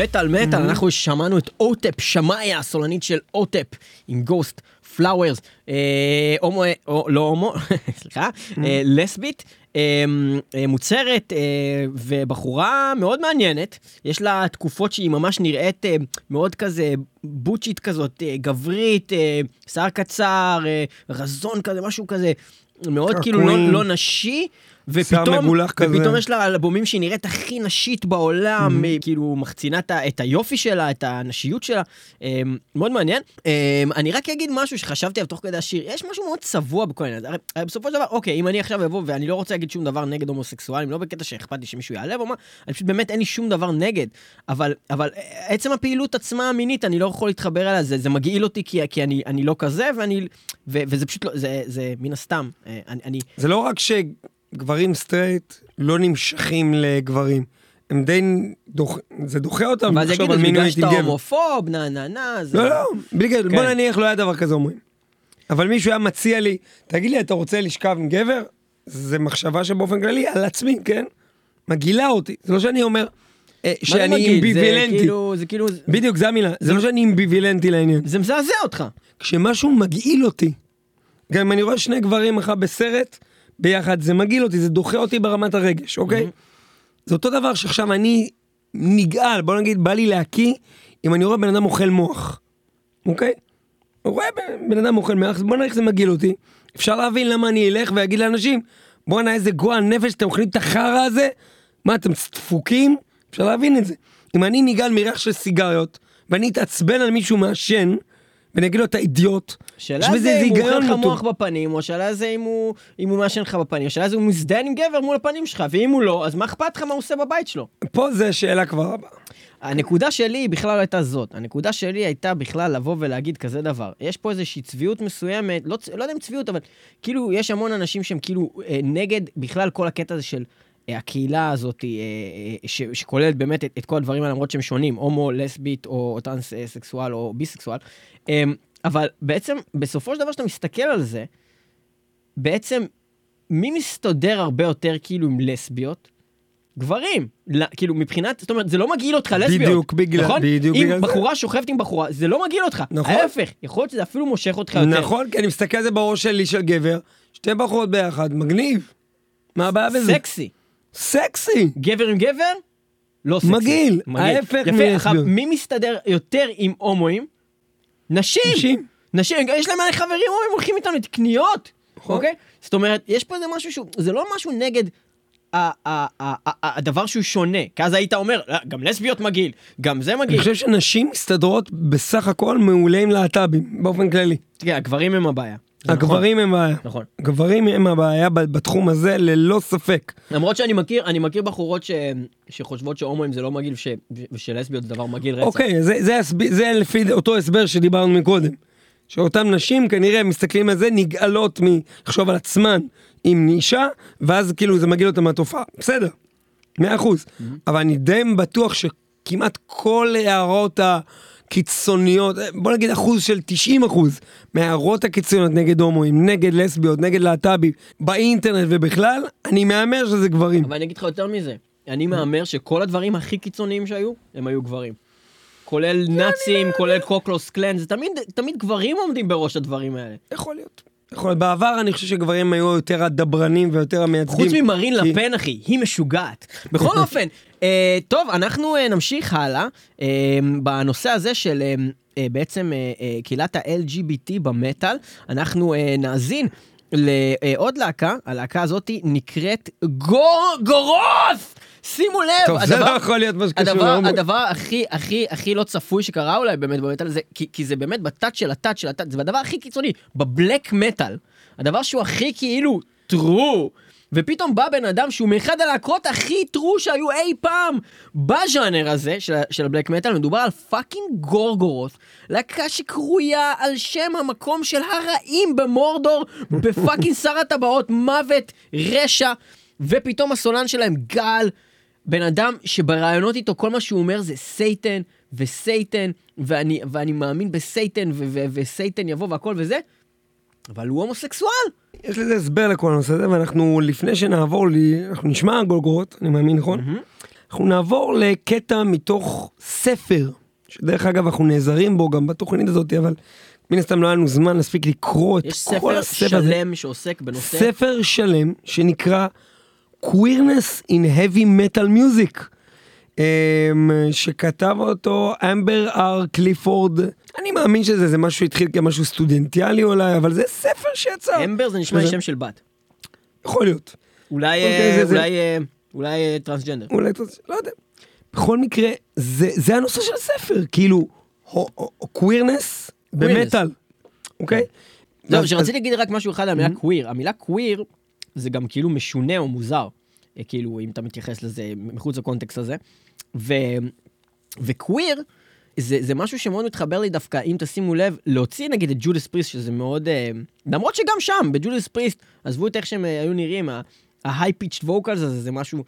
מטל מטל, אנחנו שמענו את אוטפ, שמאיה, הסולנית של אוטפ, עם גוסט, פלאוורס, הומו, לא הומו, סליחה, לסבית, מוצרת ובחורה מאוד מעניינת, יש לה תקופות שהיא ממש נראית מאוד כזה בוצ'ית כזאת, גברית, שיער קצר, רזון כזה, משהו כזה, מאוד כאילו לא נשי, ופתאום, ופתאום יש לה אלבומים שהיא נראית הכי נשית בעולם, mm-hmm. כאילו מחצינה את היופי שלה, את הנשיות שלה, מאוד מעניין. אני רק אגיד משהו שחשבתי עליו תוך כדי השיר, יש משהו מאוד צבוע בכל העניין, הרי בסופו של דבר, אוקיי, אם אני עכשיו אבוא, ואני לא רוצה להגיד שום דבר נגד הומוסקסואלים, לא בקטע שאכפת לי שמישהו יעלב או מה, אני פשוט באמת אין לי שום דבר נגד, אבל, אבל עצם הפעילות עצמה המינית, אני לא יכול להתחבר עליה, זה, זה מגעיל אותי כי, כי אני, אני לא כזה, ואני, ו, וזה פשוט לא, זה, זה מן הסתם, אני, אני... זה לא רק ש... גברים סטרייט לא נמשכים לגברים. הם די דוח... זה דוחה אותם. ואז יגידו, זה בגלל שאתה הומופוב, נה נה נה. לא, לא, בלי גדול. בוא נניח, לא היה דבר כזה אומרים. אבל מישהו היה מציע לי, תגיד לי, אתה רוצה לשכב עם גבר? זה מחשבה שבאופן כללי על עצמי, כן? מגילה אותי. זה לא שאני אומר שאני אימביבילנטי. זה כאילו... בדיוק, זה המילה. זה לא שאני אימביבילנטי לעניין. זה מזעזע אותך. כשמשהו מגעיל אותי, גם אם אני רואה שני גברים אחד בסרט, ביחד, זה מגיל אותי, זה דוחה אותי ברמת הרגש, אוקיי? Mm-hmm. זה אותו דבר שעכשיו אני נגעל, בוא נגיד, בא לי להקיא, אם אני רואה בן אדם אוכל מוח, אוקיי? הוא רואה בן אדם אוכל מוח, בוא נראה איך זה מגיל אותי, אפשר להבין למה אני אלך ואגיד לאנשים, בוא נראה איזה גועל נפש, אתם אוכלים את החרא הזה, מה, אתם דפוקים? אפשר להבין את זה. אם אני נגעל מריח של סיגריות, ואני אתעצבן על מישהו מעשן, ואני אגיד לו, אתה אידיוט. שאלה זה אם הוא אוכל לך מוח בפנים, או שאלה זה אם הוא מאשן לך בפנים, או שאלה זה הוא מזדהן עם גבר מול הפנים שלך, ואם הוא לא, אז מה אכפת לך מה הוא עושה בבית שלו? פה זה שאלה כבר הבאה. הנקודה שלי בכלל לא הייתה זאת, הנקודה שלי הייתה בכלל לבוא ולהגיד כזה דבר. יש פה איזושהי צביעות מסוימת, לא, לא יודע אם צביעות, אבל כאילו יש המון אנשים שהם כאילו אה, נגד בכלל כל הקטע הזה של אה, הקהילה הזאת, אה, אה, ש, שכוללת באמת את, את כל הדברים האלה, למרות שהם שונים, הומו, לסבית, או טרנס אה, סקסואל, או ביסקסואל. אה, אבל בעצם, בסופו של דבר שאתה מסתכל על זה, בעצם, מי מסתדר הרבה יותר כאילו עם לסביות? גברים, לא, כאילו מבחינת, זאת אומרת, זה לא מגעיל אותך לסביות, בדיוק בגלל, נכון? בדיוק אם בגלל בחורה זה. שוכבת עם בחורה, זה לא מגעיל אותך, נכון. ההפך, יכול להיות שזה אפילו מושך אותך יותר. נכון, כי אני מסתכל על זה בראש שלי של גבר, שתי בחורות ביחד, מגניב. מה הבעיה בזה? סקסי. סקסי. גבר עם גבר? לא סקסי. מגעיל, ההפך מלסביות. יפה, עכשיו, מי מסתדר יותר עם הומואים? נשים. נשים. נשים, יש להם מלא חברים הומואים, הולכים איתם לקניות. אוקיי? זאת אומרת, יש פה איזה משהו שהוא, זה לא משהו נגד הדבר שהוא שונה, כי אז היית אומר, גם לסביות מגעיל, גם זה מגעיל. אני חושב שנשים מסתדרות בסך הכל מעולים להט"בים, באופן כללי. כן, הגברים הם הבעיה. הגברים הם הבעיה. נכון. הגברים הם הבעיה בתחום הזה, ללא ספק. למרות שאני מכיר, אני מכיר בחורות שחושבות שהומואים זה לא מגעיל, ושלסביות זה דבר מגעיל רצח. אוקיי, זה לפי אותו הסבר שדיברנו מקודם. שאותן נשים כנראה מסתכלים על זה, נגאלות מלחשוב על עצמן עם אישה, ואז כאילו זה מגיע אותם מהתופעה. בסדר, מאה אחוז. Mm-hmm. אבל אני די בטוח שכמעט כל הערות הקיצוניות, בוא נגיד אחוז של תשעים אחוז, מהערות הקיצוניות נגד הומואים, נגד לסביות, נגד להט"בים, באינטרנט ובכלל, אני מאמר שזה גברים. אבל אני אגיד לך יותר מזה, אני מאמר שכל הדברים הכי קיצוניים שהיו, הם היו גברים. כולל נאצים, כולל קוקלוס קלן, זה תמיד, תמיד גברים עומדים בראש הדברים האלה. יכול להיות. יכול להיות. בעבר אני חושב שגברים היו יותר הדברנים ויותר המייצגים. חוץ ממרין כי... לפן, אחי, היא משוגעת. בכל אופן, אה, טוב, אנחנו אה, נמשיך הלאה, אה, בנושא הזה של אה, אה, בעצם אה, אה, קהילת ה-אל ג'י בי טי במטל, אנחנו אה, נאזין לעוד להקה, הלהקה הזאת נקראת גור... גורוס! שימו לב, טוב, הדבר, זה לא יכול להיות מה שקשור הדבר, להומור. הדבר הכי, הכי, הכי לא צפוי שקרה אולי באמת במטל זה, כי, כי זה באמת בטאט של הטאט של הטאט, זה הדבר הכי קיצוני, בבלק מטל, הדבר שהוא הכי כאילו טרו, ופתאום בא בן אדם שהוא מאחד הלהקות הכי טרו שהיו אי פעם בז'אנר הזה של, של הבלק מטל, מדובר על פאקינג גורגורוס, להקה שקרויה על שם המקום של הרעים במורדור, בפאקינג שר הטבעות, מוות, רשע, ופתאום הסולן שלהם גל, בן אדם שברעיונות איתו כל מה שהוא אומר זה סייטן וסייטן, ואני, ואני מאמין בסייטן ו- ו- וסייטן יבוא והכל וזה, אבל הוא הומוסקסואל. יש לזה הסבר לכל הנושא הזה, ואנחנו לפני שנעבור, לי, אנחנו נשמע גולגורות, אני מאמין, נכון? Mm-hmm. אנחנו נעבור לקטע מתוך ספר, שדרך אגב אנחנו נעזרים בו גם בתוכנית הזאת, אבל מן הסתם לא היה לנו זמן להספיק לקרוא את כל הספר. יש ספר שלם שעוסק בנושא. ספר שלם שנקרא Queerness in Heavy Metal Music, שכתב אותו אמבר אר קליפורד. אני מאמין שזה זה משהו שהתחיל כמשהו סטודנטיאלי אולי, אבל זה ספר שיצא. אמבר זה נשמע שם של בת. יכול להיות. אולי אולי טרנסג'נדר. אולי טרנסג'נדר, לא יודע. בכל מקרה, זה הנושא של הספר, כאילו, קווירנס במטל, אוקיי? טוב, שרציתי להגיד רק משהו אחד על המילה קוויר. המילה קוויר זה גם כאילו משונה או מוזר, כאילו, אם אתה מתייחס לזה מחוץ לקונטקסט הזה. וקוויר, זה משהו שמאוד מתחבר לי דווקא, אם תשימו לב, להוציא נגיד את ג'ודס פריסט, שזה מאוד, למרות שגם שם, בג'ודס פריסט, עזבו את איך שהם היו נראים, ה-high-pitched vocals הזה, זה משהו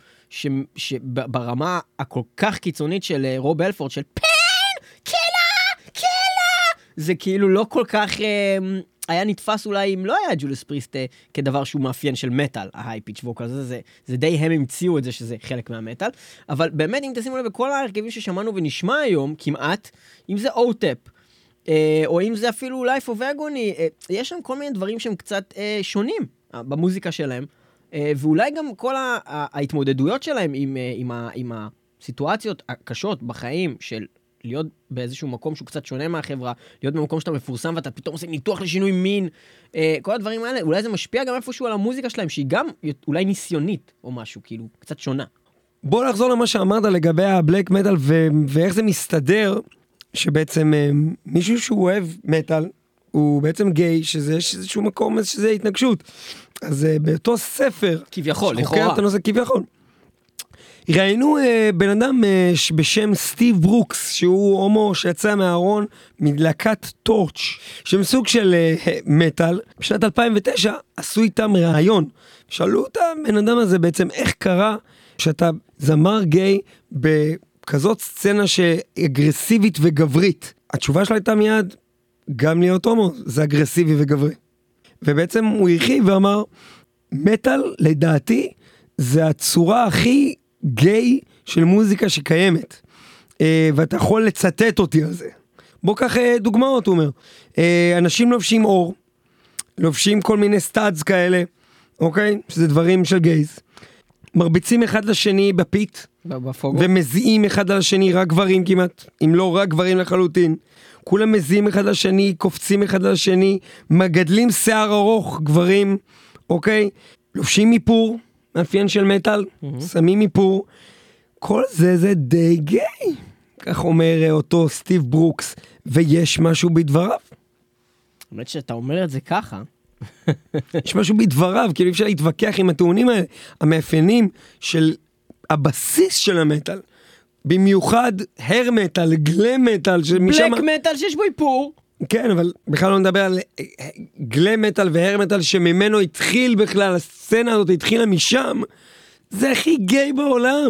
שברמה הכל כך קיצונית של רוב אלפורד, של pain, קילה, קילה, זה כאילו לא כל כך היה נתפס אולי אם לא היה ג'ודס פריסט כדבר שהוא מאפיין של מטל, ה-high-pitched vocals הזה, זה, זה די הם המציאו את זה שזה חלק מהמטל, אבל באמת אם תשימו לב בכל ההרכבים ששמענו ונשמע היום, כמעט, אם זה או-טאפ, או אם זה אפילו Life of Agony, יש שם כל מיני דברים שהם קצת שונים במוזיקה שלהם, ואולי גם כל ההתמודדויות שלהם עם, עם, עם הסיטואציות הקשות בחיים של להיות באיזשהו מקום שהוא קצת שונה מהחברה, להיות במקום שאתה מפורסם ואתה פתאום עושה ניתוח לשינוי מין, כל הדברים האלה, אולי זה משפיע גם איפשהו על המוזיקה שלהם, שהיא גם אולי ניסיונית או משהו, כאילו, קצת שונה. בוא נחזור למה שאמרת לגבי הבלק מטל ו- ואיך זה מסתדר, שבעצם מישהו שהוא אוהב מטל, הוא בעצם גיי, שזה יש איזשהו מקום שזה התנגשות. אז באותו ספר, כביכול, לכאורה. את הנושא כביכול. ראינו uh, בן אדם uh, בשם סטיב ברוקס, שהוא הומו שיצא מהארון מלהקת טורץ', שהם סוג של uh, מטל. בשנת אלפיים ותשע עשו איתם ראיון. שאלו אותם, בן אדם הזה בעצם, איך קרה שאתה זמר גיי בכזאת סצנה שאגרסיבית וגברית? התשובה שלה הייתה מיד, גם להיות הומו, זה אגרסיבי וגברי. ובעצם הוא הרחיב ואמר, מטל לדעתי זה הצורה הכי גיי של מוזיקה שקיימת. אה, ואתה יכול לצטט אותי על זה. בוא קח אה, דוגמאות, הוא אומר. אה, אנשים לובשים אור, לובשים כל מיני סטאדס כאלה, אוקיי? שזה דברים של גייז. מרביצים אחד לשני בפיט, בפוגו. ומזיעים אחד על השני, רק גברים כמעט, אם לא רק גברים לחלוטין. כולם מזיעים אחד לשני, קופצים אחד לשני, מגדלים שיער ארוך, גברים, אוקיי? לובשים מיפור, מאפיין של מטל, mm-hmm. שמים מיפור, כל זה זה די גיי, כך אומר אותו סטיב ברוקס, ויש משהו בדבריו. האמת שאתה אומר את זה ככה. יש משהו בדבריו, כאילו אפשר להתווכח עם הטעונים האלה, המאפיינים של הבסיס של המטל, במיוחד הר מטל, גלם מטל, בלק מטל שיש בו איפור. כן, אבל בכלל לא נדבר על גלם מטל והר מטל שממנו התחיל בכלל, הסצנה הזאת התחילה משם, זה הכי גיי בעולם.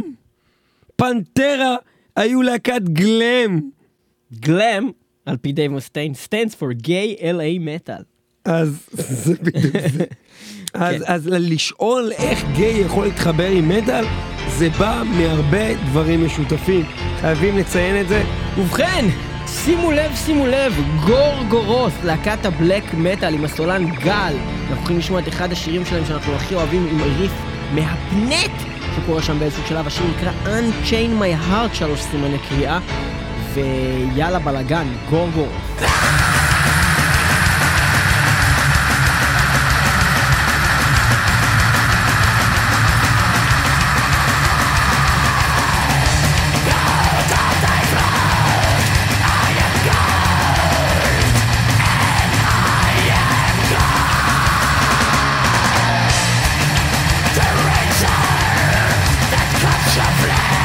פנטרה היו להקת גלם. גלם, על פי דייב מסטיין, stands for gay L A metal. אז זה בדיוק זה. אז, אז לשאול איך גיי יכול להתחבר עם מטל, זה בא מהרבה דברים משותפים. חייבים לציין את זה. ובכן, שימו לב, שימו לב, גורגורוס, להקת הבלק מטל עם הסולן גל. אנחנו יכולים לשמוע את אחד השירים שלהם שאנחנו הכי אוהבים עם ריף מהפנט שקורה שם באיזשהו שלב. השיר נקרא Unchain My Heart, שלוש סימני קריאה, ויאללה בלגן, גורגורוס.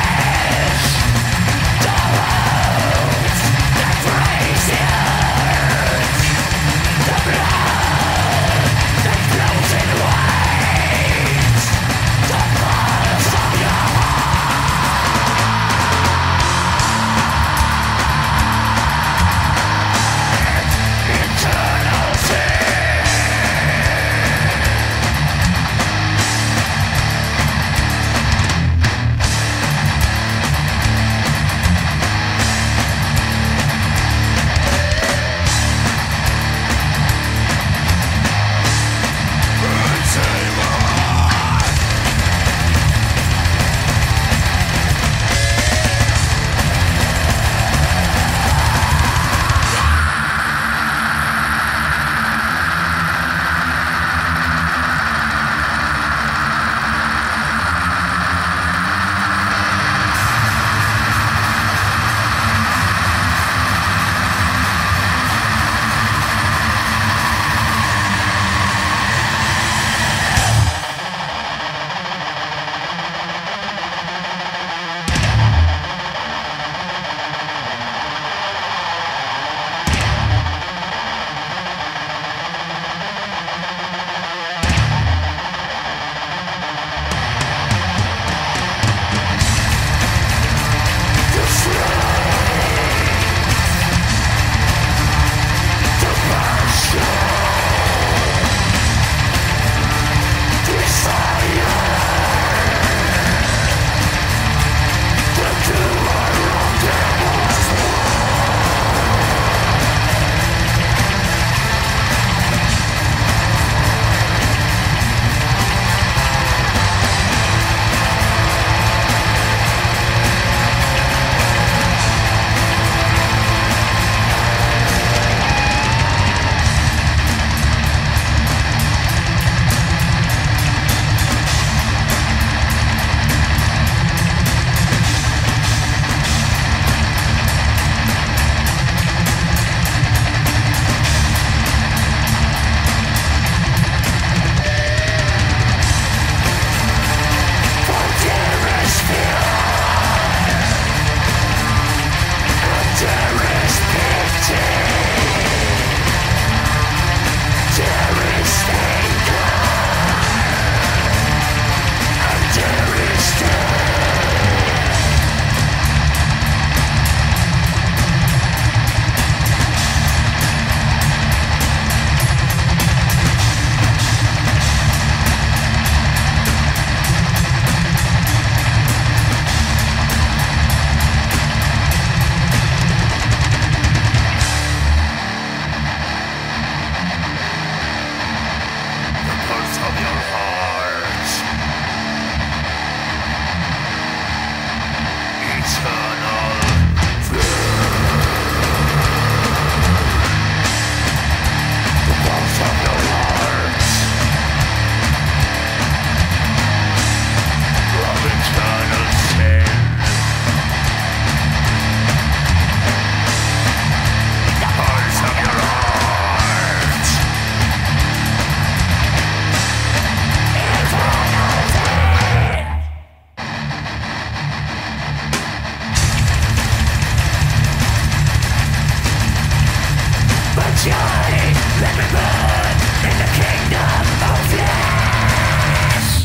Flesh, the roots that raise here.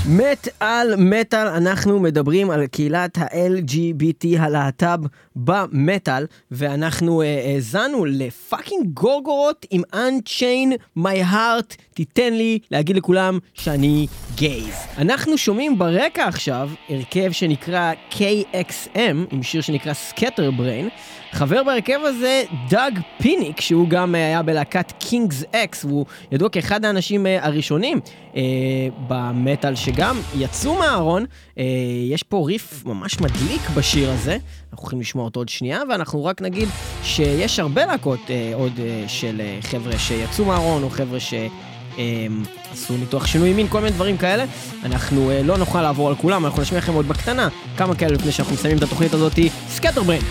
מת על מטל, אנחנו מדברים על קהילת ה-אל ג'י בי טי הלהט"ב במטל, ואנחנו האזנו לפאקינג גורגורות עם Unchain My Heart, תיתן לי להגיד לכולם שאני גייז. אנחנו שומעים ברקע עכשיו הרכב שנקרא קיי אקס אם, עם שיר שנקרא Scatterbrain. חבר בהרכב הזה דאג פיניק, שהוא גם היה בלהקת קינגס אקס, והוא ידוע כאחד האנשים הראשונים אה, במטל שגם יצאו מהארון. אה, יש פה ריף ממש מדליק בשיר הזה, אנחנו יכולים לשמוע אותו עוד שנייה, ואנחנו רק נגיד שיש הרבה להקות אה, עוד אה, של אה, חבר'ה שיצאו מהארון, או חבר'ה ש... עשו ניתוח שינוי מין, כל מיני דברים כאלה. אנחנו לא נוכל לעבור על כולם, אנחנו נשמיע לכם עוד בקטנה כמה כאלה לפני שאנחנו מסיימים את התוכנית הזאת. Scatterbrain.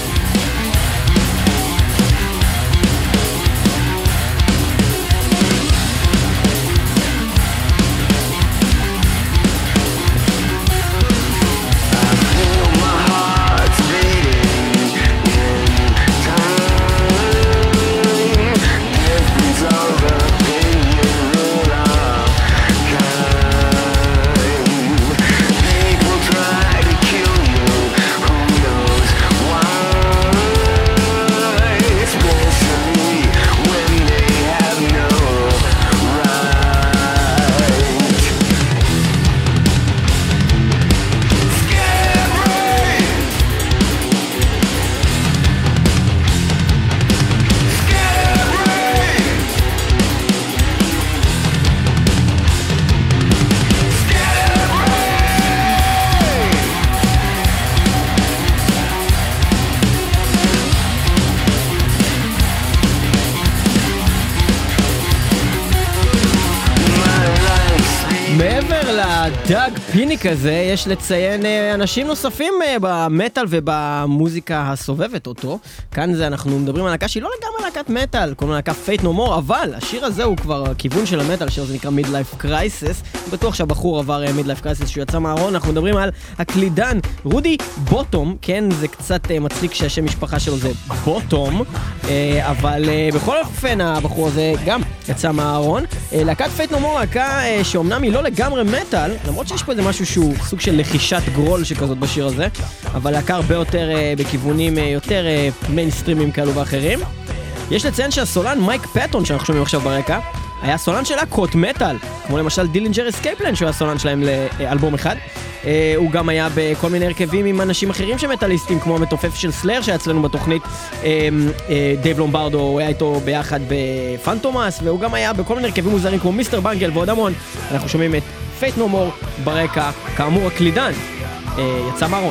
דאג פיניק הזה, יש לציין אנשים נוספים במטל ובמוזיקה הסובבת אותו. כאן זה אנחנו מדברים על להקה שהיא לא לגמרי להקת מטל, קוראים להקה Faith No More, אבל השיר הזה הוא כבר כיוון של המטל, השיר הזה נקרא Midlife Crisis. בטוח שהבחור עבר Midlife Crisis שהוא יצא מהארון. אנחנו מדברים על הקלידן רודי בוטום, כן, זה קצת מצחיק שהשם משפחה שלו זה בוטום, אבל בכל אופן הבחור הזה גם יצא מהארון. להקת Faith No More, להקה שאומנם היא לא לגמרי מטל, למרות שיש פה איזה משהו שהוא סוג של לחישת גרול שכזאת בשיר הזה, אבל להקה הרבה יותר uh, בכיוונים uh, יותר uh, מיינסטרימים כאלו ואחרים. יש לציין שהסולן מייק פטון שאנחנו שומעים עכשיו ברקע היה סולן של להקות מטל, כמו למשל דילינג'ר אסקייפלנד שהוא היה סולן שלהם לאלבום אחד. uh, הוא גם היה בכל מיני הרכבים עם אנשים אחרים שמטליסטים, כמו המתופף של סלאר שהיה אצלנו בתוכנית, uh, uh, דייב לומברדו, הוא היה איתו ביחד בפנטומאס, והוא גם היה בכל מיני הרכבים מוזרים כמו מיסטר בנגל ועוד המון. אנחנו שומעים את Faith No More ברקע, כאמור הקלידן אה, יצא מהארון.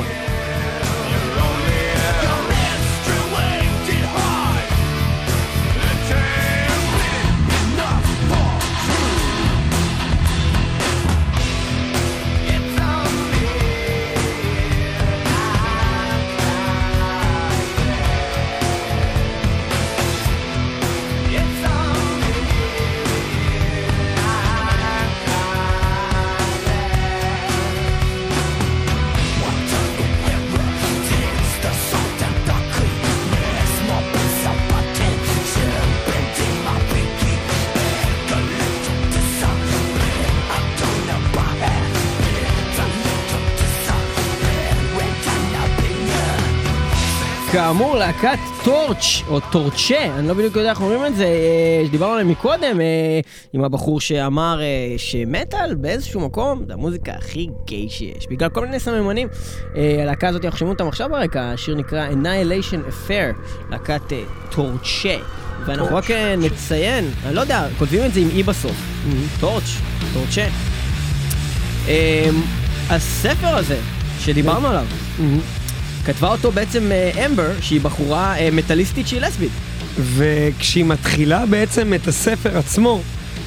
כאמור, להקת טורץ' או טורצ'ה, אני לא בדיוק יודע איך אומרים את זה, שדיברנו עליהם מקודם, עם הבחור שאמר שמטל באיזשהו מקום זה המוזיקה הכי גיי שיש, בגלל כל מיני סממנים. הלהקה הזאת, אנחנו שומעים אותם עכשיו ברקע, השיר נקרא Annihilation Affair, להקת טורצ'ה, ואנחנו רק נציין, אני לא יודע, כותבים את זה עם אי בסוף, טורץ', טורצ'ה. הספר הזה שדיברנו עליו, כתבה אותו בעצם אמבר, שהיא בחורה מטליסטית שהיא לסבית. וכשהיא מתחילה בעצם את הספר עצמו,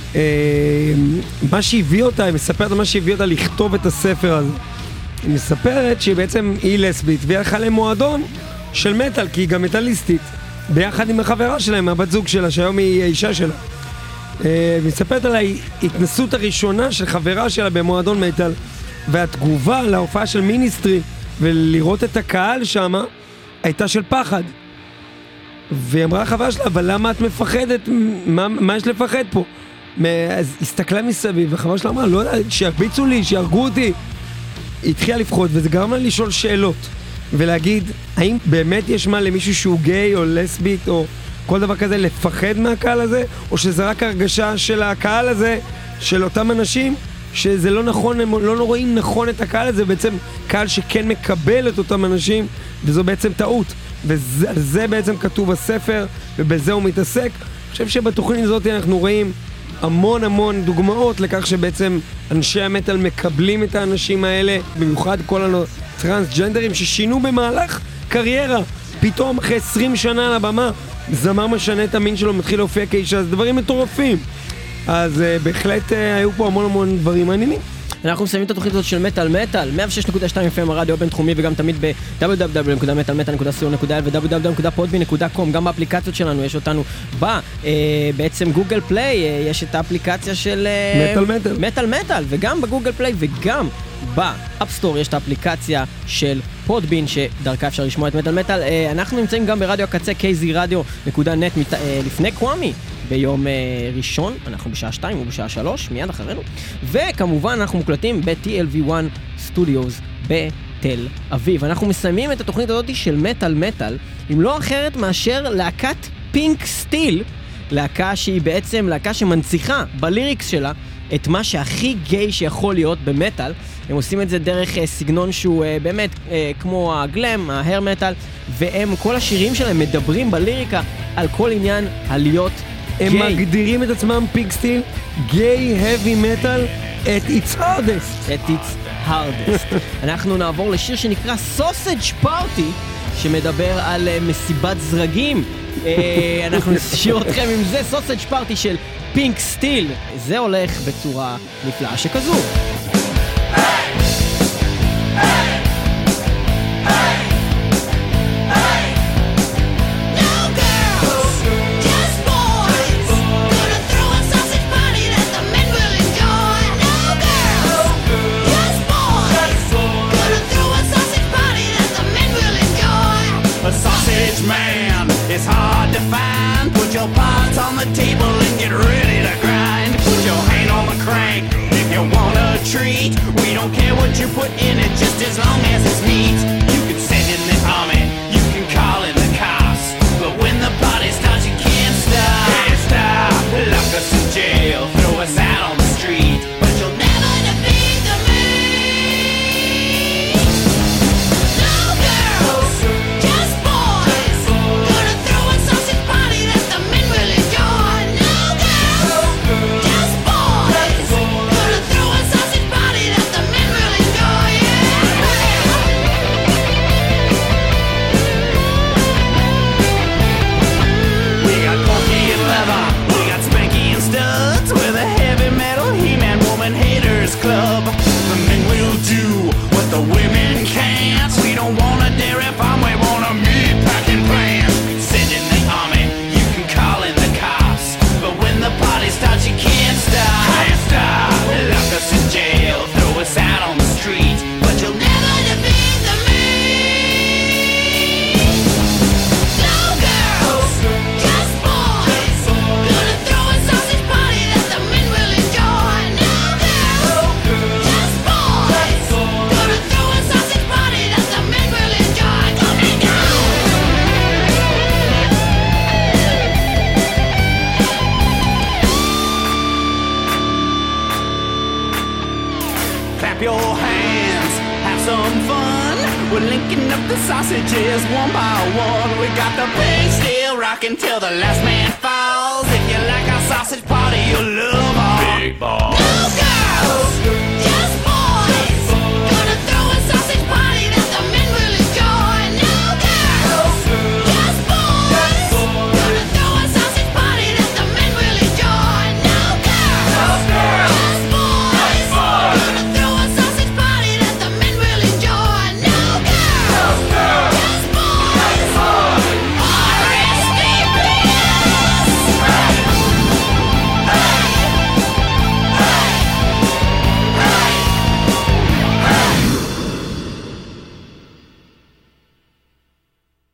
מה שהביא אותה, היא מספרת על מה שהביא אותה לכתוב את הספר הזה. היא מספרת שהיא בעצם היא לסבית, והיא הלכה למועדון של מטל, כי היא גם מטליסטית, ביחד עם החברה שלהם, הבת זוג שלה, שהיום היא האישה שלה. היא מספרת על ההתנסות הראשונה של חברה שלה במועדון מטל, והתגובה להופעה של מיניסטרי, ולראות את הקהל שם, הייתה של פחד. והיא אמרה לחברה שלה, אבל למה את מפחדת? מה, מה יש לפחד פה? אז הסתכלה מסביב, וחבר שלה אמרה, לא יודע, שירביצו לי, שיהרגו אותי. היא התחילה לפחות, וזה גרם לה לשאול שאלות, ולהגיד, האם באמת יש מה למישהו שהוא גיי או לסבית או כל דבר כזה לפחד מהקהל הזה, או שזה רק הרגשה של הקהל הזה, של אותם אנשים, שזה לא נכון, הם לא רואים נכון את הקהל הזה, בעצם קהל שכן מקבל את אותם אנשים, וזו בעצם טעות, וזה בעצם כתוב בספר, ובזה הוא מתעסק. אני חושב שבתוכנית הזאת אנחנו רואים המון המון דוגמאות לכך שבעצם אנשי המטל מקבלים את האנשים האלה, במיוחד כל הטרנסג'נדרים ששינו במהלך קריירה, פתאום אחרי עשרים שנה על הבמה, זמר משנה את המין שלו, מתחיל להופיע כאישה, זה דברים מטורפים. אז uh, בהחלט uh, היו פה המון המון דברים מעניינים. אנחנו מסיימים את התוכנית הזאת של מטל מטל, מאה ושש נקודה שתיים אף אם הרדיו הבינתחומי, וגם תמיד ב-דאבליו דאבליו דאבליו נקודה מטל מטל נקודה סי או נקודה איי ו-דאבליו דאבליו דאבליו נקודה פודבין נקודה קום, גם באפליקציות שלנו יש אותנו ב, אה, בעצם גוגל פליי, אה, יש את האפליקציה של אה, מטל מטל. מטל מטל, וגם בגוגל פליי וגם באפסטור יש את האפליקציה של פודבין שדרכה אפשר לשמוע את מטל מטל. אה, אנחנו נמצאים גם ברדיו הקצה קיי זי רדיו נקודה נט מת, אה, לפני קוואמי. ביום ראשון, אנחנו בשעה שתיים ובשעה שלוש, מיד אחרינו. וכמובן אנחנו מוקלטים ב-טי אל וי וואן Studios בתל אביב. אנחנו מסיימים את התוכנית הזאת של מטל מטל, עם לא אחרת מאשר להקת פינק סטיל, להקה שהיא בעצם להקה שמנציחה בליריקס שלה את מה שהכי גיי שיכול להיות במטל. הם עושים את זה דרך uh, סגנון שהוא uh, באמת uh, כמו הגלם, ההר מטל, והם, כל השירים שלהם מדברים בליריקה על כל עניין הלהיות הם מגדירים את עצמם פיג סטיל, גיי, heavy metal, at its hardest. at its hardest. אנחנו נעבור לשיר שנקרא Sausage Party, שמדבר על uh, מסיבת זרגים. uh, אנחנו נשאיר אתכם עם זה, Sausage Party של פינק סטיל. זה הולך בצורה נפלאה שכזו. Man, it's hard to find. Put your paws on the table and get ready to grind. Put your hand on the crank if you want a treat. We don't care what you put in it, just as long as it's neat. You can send in the army, you can call in the cops, but when the party starts, you can't stop. Can't stop. Lock us in jail, throw us out on the street, but you'll never defeat the meat. No girls, just boys. Gonna throw a sausage party that the men will enjoy. No girls, just boys. Gonna throw a sausage party that the men will enjoy. We got Porky and Leather, we got Spanky and Studs. We're the heavy metal He-Man woman haters club. The men will do what the women can't. We don't want a dairy farm, we want a meat packing plant. Send in the army, you can call in the cops, but when the party starts, you can't stop. Can't stop. Lock us in jail, throw us out on the street, but you'll never defeat the meat. No girls, just boys. Gonna throw a sausage party that the men will enjoy. No girls, just boys. Gonna throw a sausage party that the men will enjoy. Come and go. Clap your hands, have some fun. We're linking up the sausages one by one. We got the pig still rocking till the last man falls. If you like our sausage party, you'll love our big balls. No